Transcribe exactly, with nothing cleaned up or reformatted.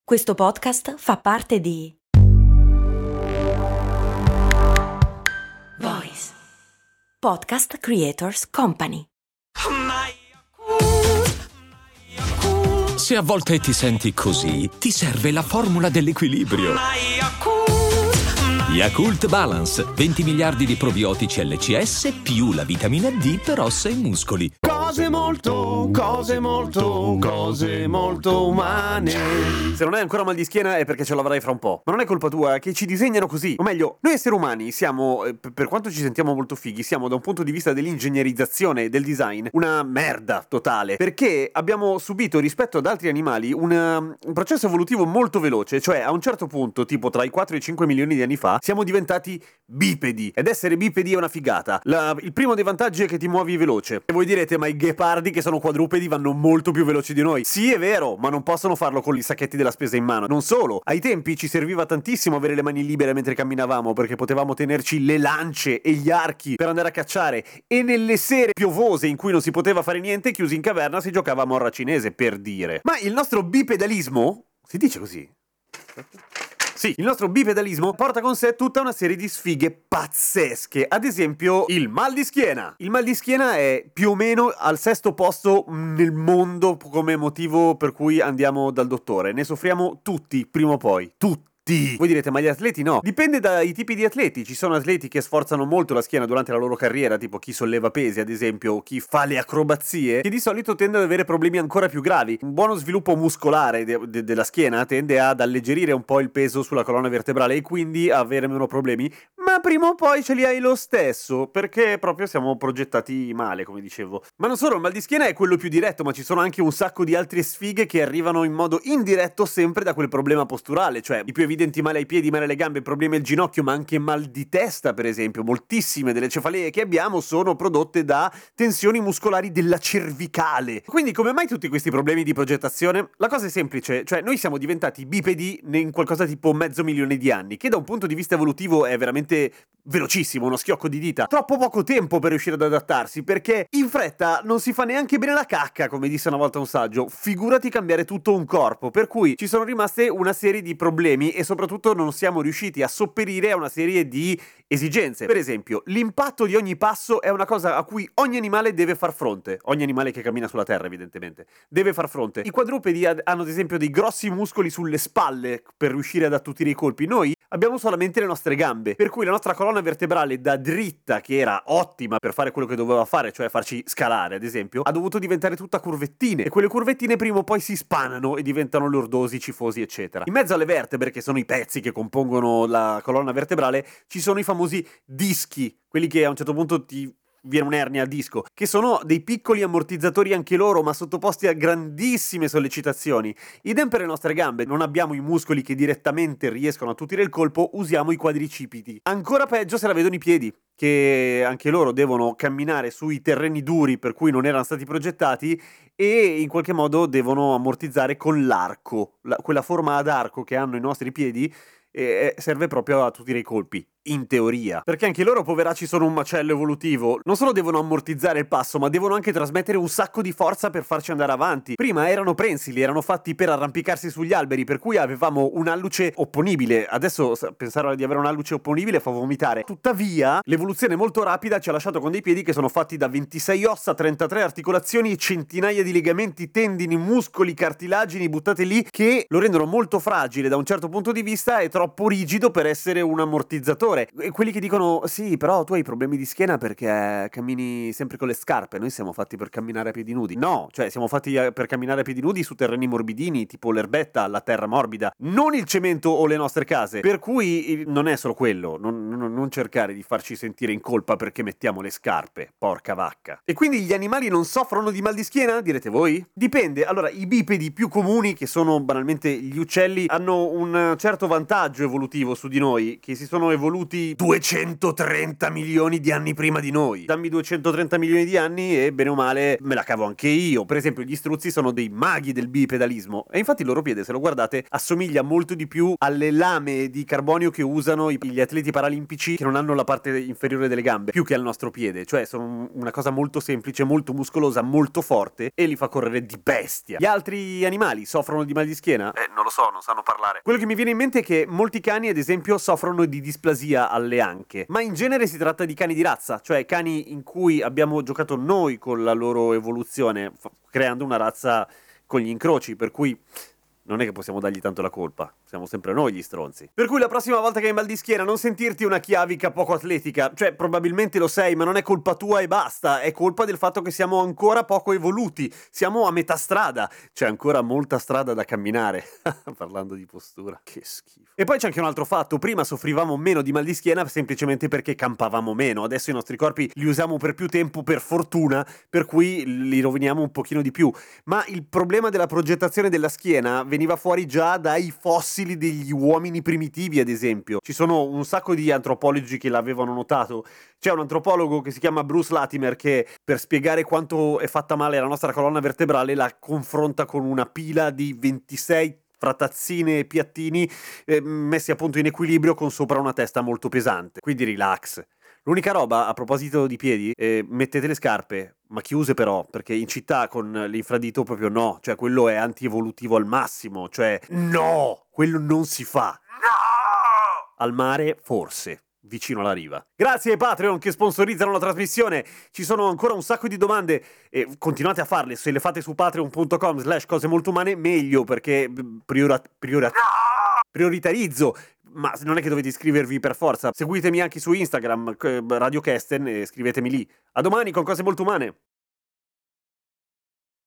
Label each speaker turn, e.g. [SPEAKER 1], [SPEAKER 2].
[SPEAKER 1] Questo podcast fa parte di Voice Podcast Creators Company.
[SPEAKER 2] Se a volte ti senti così, ti serve la formula dell'equilibrio. Yakult Balance, venti miliardi di probiotici L C S più la vitamina D per ossa e muscoli.
[SPEAKER 3] Cose molto, cose molto, cose molto umane.
[SPEAKER 4] Se non hai ancora mal di schiena è perché ce l'avrai fra un po'. Ma non è colpa tua, è che ci disegnano così. O meglio, noi esseri umani siamo, eh, per quanto ci sentiamo molto fighi, siamo da un punto di vista dell'ingegnerizzazione e del design una merda totale. Perché abbiamo subito rispetto ad altri animali una, un processo evolutivo molto veloce. Cioè a un certo punto, tipo tra i quattro e i cinque milioni di anni fa, siamo diventati bipedi. Ed essere bipedi è una figata. La, il primo dei vantaggi è che ti muovi veloce. E voi direte, ma i ghepardi che sono quadrupedi vanno molto più veloci di noi. Sì, è vero, ma non possono farlo con i sacchetti della spesa in mano. Non solo, ai tempi ci serviva tantissimo avere le mani libere mentre camminavamo, perché potevamo tenerci le lance e gli archi per andare a cacciare, e nelle sere piovose in cui non si poteva fare niente, chiusi in caverna, si giocava a morra cinese, per dire. Ma il nostro bipedalismo, si dice così? Sì, il nostro bipedalismo porta con sé tutta una serie di sfighe pazzesche. Ad esempio, il mal di schiena. Il mal di schiena è più o meno al sesto posto nel mondo come motivo per cui andiamo dal dottore. Ne soffriamo tutti, prima o poi. Tutti. Voi direte, ma gli atleti no? Dipende dai tipi di atleti. Ci sono atleti che sforzano molto la schiena durante la loro carriera, tipo chi solleva pesi, ad esempio, o chi fa le acrobazie, che di solito tende ad avere problemi ancora più gravi. Un buono sviluppo muscolare de- de- della schiena tende ad alleggerire un po' il peso sulla colonna vertebrale e quindi a avere meno problemi, ma prima o poi ce li hai lo stesso, perché proprio siamo progettati male, come dicevo. Ma non solo, il mal di schiena è quello più diretto, ma ci sono anche un sacco di altre sfighe che arrivano in modo indiretto sempre da quel problema posturale, cioè i più evidenti male ai piedi, male alle gambe, problemi al ginocchio, ma anche mal di testa, per esempio. Moltissime delle cefalee che abbiamo sono prodotte da tensioni muscolari della cervicale. Quindi come mai tutti questi problemi di progettazione? La cosa è semplice, cioè noi siamo diventati bipedi in qualcosa tipo mezzo milione di anni, che da un punto di vista evolutivo è veramente velocissimo, uno schiocco di dita. Troppo poco tempo per riuscire ad adattarsi, perché in fretta non si fa neanche bene la cacca, come disse una volta un saggio, figurati cambiare tutto un corpo, per cui ci sono rimaste una serie di problemi e soprattutto non siamo riusciti a sopperire a una serie di esigenze. Per esempio, l'impatto di ogni passo è una cosa a cui ogni animale deve far fronte, ogni animale che cammina sulla terra evidentemente deve far fronte. I quadrupedi ad- hanno ad esempio dei grossi muscoli sulle spalle per riuscire ad attutire i colpi, noi abbiamo solamente le nostre gambe, per cui la nostra colonna vertebrale da dritta, che era ottima per fare quello che doveva fare, cioè farci scalare ad esempio, ha dovuto diventare tutta curvettine, e quelle curvettine prima o poi si spanano e diventano lordosi, cifosi eccetera. In mezzo alle vertebre, che sono i pezzi che compongono la colonna vertebrale, ci sono i famosi dischi, quelli che a un certo punto ti viene un'ernia a disco, che sono dei piccoli ammortizzatori anche loro, ma sottoposti a grandissime sollecitazioni. Idem per le nostre gambe, non abbiamo i muscoli che direttamente riescono a attutire il colpo, usiamo i quadricipiti. Ancora peggio se la vedono i piedi, che anche loro devono camminare sui terreni duri per cui non erano stati progettati e in qualche modo devono ammortizzare con l'arco, la, quella forma ad arco che hanno i nostri piedi e serve proprio a attutire i colpi. In teoria. Perché anche loro, poveracci, sono un macello evolutivo. Non solo devono ammortizzare il passo, ma devono anche trasmettere un sacco di forza per farci andare avanti. Prima erano prensili, erano fatti per arrampicarsi sugli alberi, per cui avevamo un'alluce opponibile. Adesso pensare di avere un'alluce opponibile fa vomitare. Tuttavia, l'evoluzione molto rapida ci ha lasciato con dei piedi che sono fatti da ventisei ossa, trentatré articolazioni e centinaia di legamenti, tendini, muscoli, cartilagini buttate lì, che lo rendono molto fragile da un certo punto di vista e troppo rigido per essere un ammortizzatore. E quelli che dicono, sì, però tu hai problemi di schiena perché cammini sempre con le scarpe, noi siamo fatti per camminare a piedi nudi. No, cioè siamo fatti per camminare a piedi nudi su terreni morbidini, tipo l'erbetta, la terra morbida, non il cemento o le nostre case. Per cui non è solo quello, non, non, non cercare di farci sentire in colpa perché mettiamo le scarpe, porca vacca. E quindi gli animali non soffrono di mal di schiena, direte voi? Dipende. Allora, i bipedi più comuni, che sono banalmente gli uccelli, hanno un certo vantaggio evolutivo su di noi, che si sono evoluti evoluti duecentotrenta milioni di anni prima di noi. Dammi duecentotrenta milioni di anni e bene o male me la cavo anche io. Per esempio gli struzzi sono dei maghi del bipedalismo e infatti il loro piede, se lo guardate, assomiglia molto di più alle lame di carbonio che usano gli atleti paralimpici che non hanno la parte inferiore delle gambe, più che al nostro piede. Cioè sono una cosa molto semplice, molto muscolosa, molto forte e li fa correre di bestia. Gli altri animali soffrono di mal di schiena? Eh, non lo so, non sanno parlare. Quello che mi viene in mente è che molti cani, ad esempio, soffrono di displasia alle anche, ma in genere si tratta di cani di razza, cioè cani in cui abbiamo giocato noi con la loro evoluzione, f- creando una razza con gli incroci, per cui non è che possiamo dargli tanto la colpa, siamo sempre noi gli stronzi. Per cui la prossima volta che hai mal di schiena non sentirti una chiavica poco atletica, cioè probabilmente lo sei, ma non è colpa tua e basta, è colpa del fatto che siamo ancora poco evoluti, siamo a metà strada, c'è ancora molta strada da camminare, parlando di postura, che schifo. E poi c'è anche un altro fatto, prima soffrivamo meno di mal di schiena semplicemente perché campavamo meno, adesso i nostri corpi li usiamo per più tempo per fortuna, per cui li roviniamo un pochino di più, ma il problema della progettazione della schiena veniva fuori già dai fossili degli uomini primitivi, ad esempio. Ci sono un sacco di antropologi che l'avevano notato. C'è un antropologo che si chiama Bruce Latimer che, per spiegare quanto è fatta male la nostra colonna vertebrale, la confronta con una pila di ventisei fratazzine e piattini eh, messi appunto in equilibrio con sopra una testa molto pesante. Quindi relax. L'unica roba, a proposito di piedi, eh, mettete le scarpe, ma chiuse però, perché in città con l'infradito proprio no, cioè quello è antievolutivo al massimo, cioè no, quello non si fa. No! Al mare forse, vicino alla riva. Grazie ai Patreon che sponsorizzano la trasmissione, ci sono ancora un sacco di domande e continuate a farle, se le fate su patreon punto com slash cose molto umane meglio, perché priora, priora, prioritarizzo. Ma non è che dovete iscrivervi per forza. Seguitemi anche su Instagram, Radio Kesten, e scrivetemi lì. A domani con Cose Molto Umane.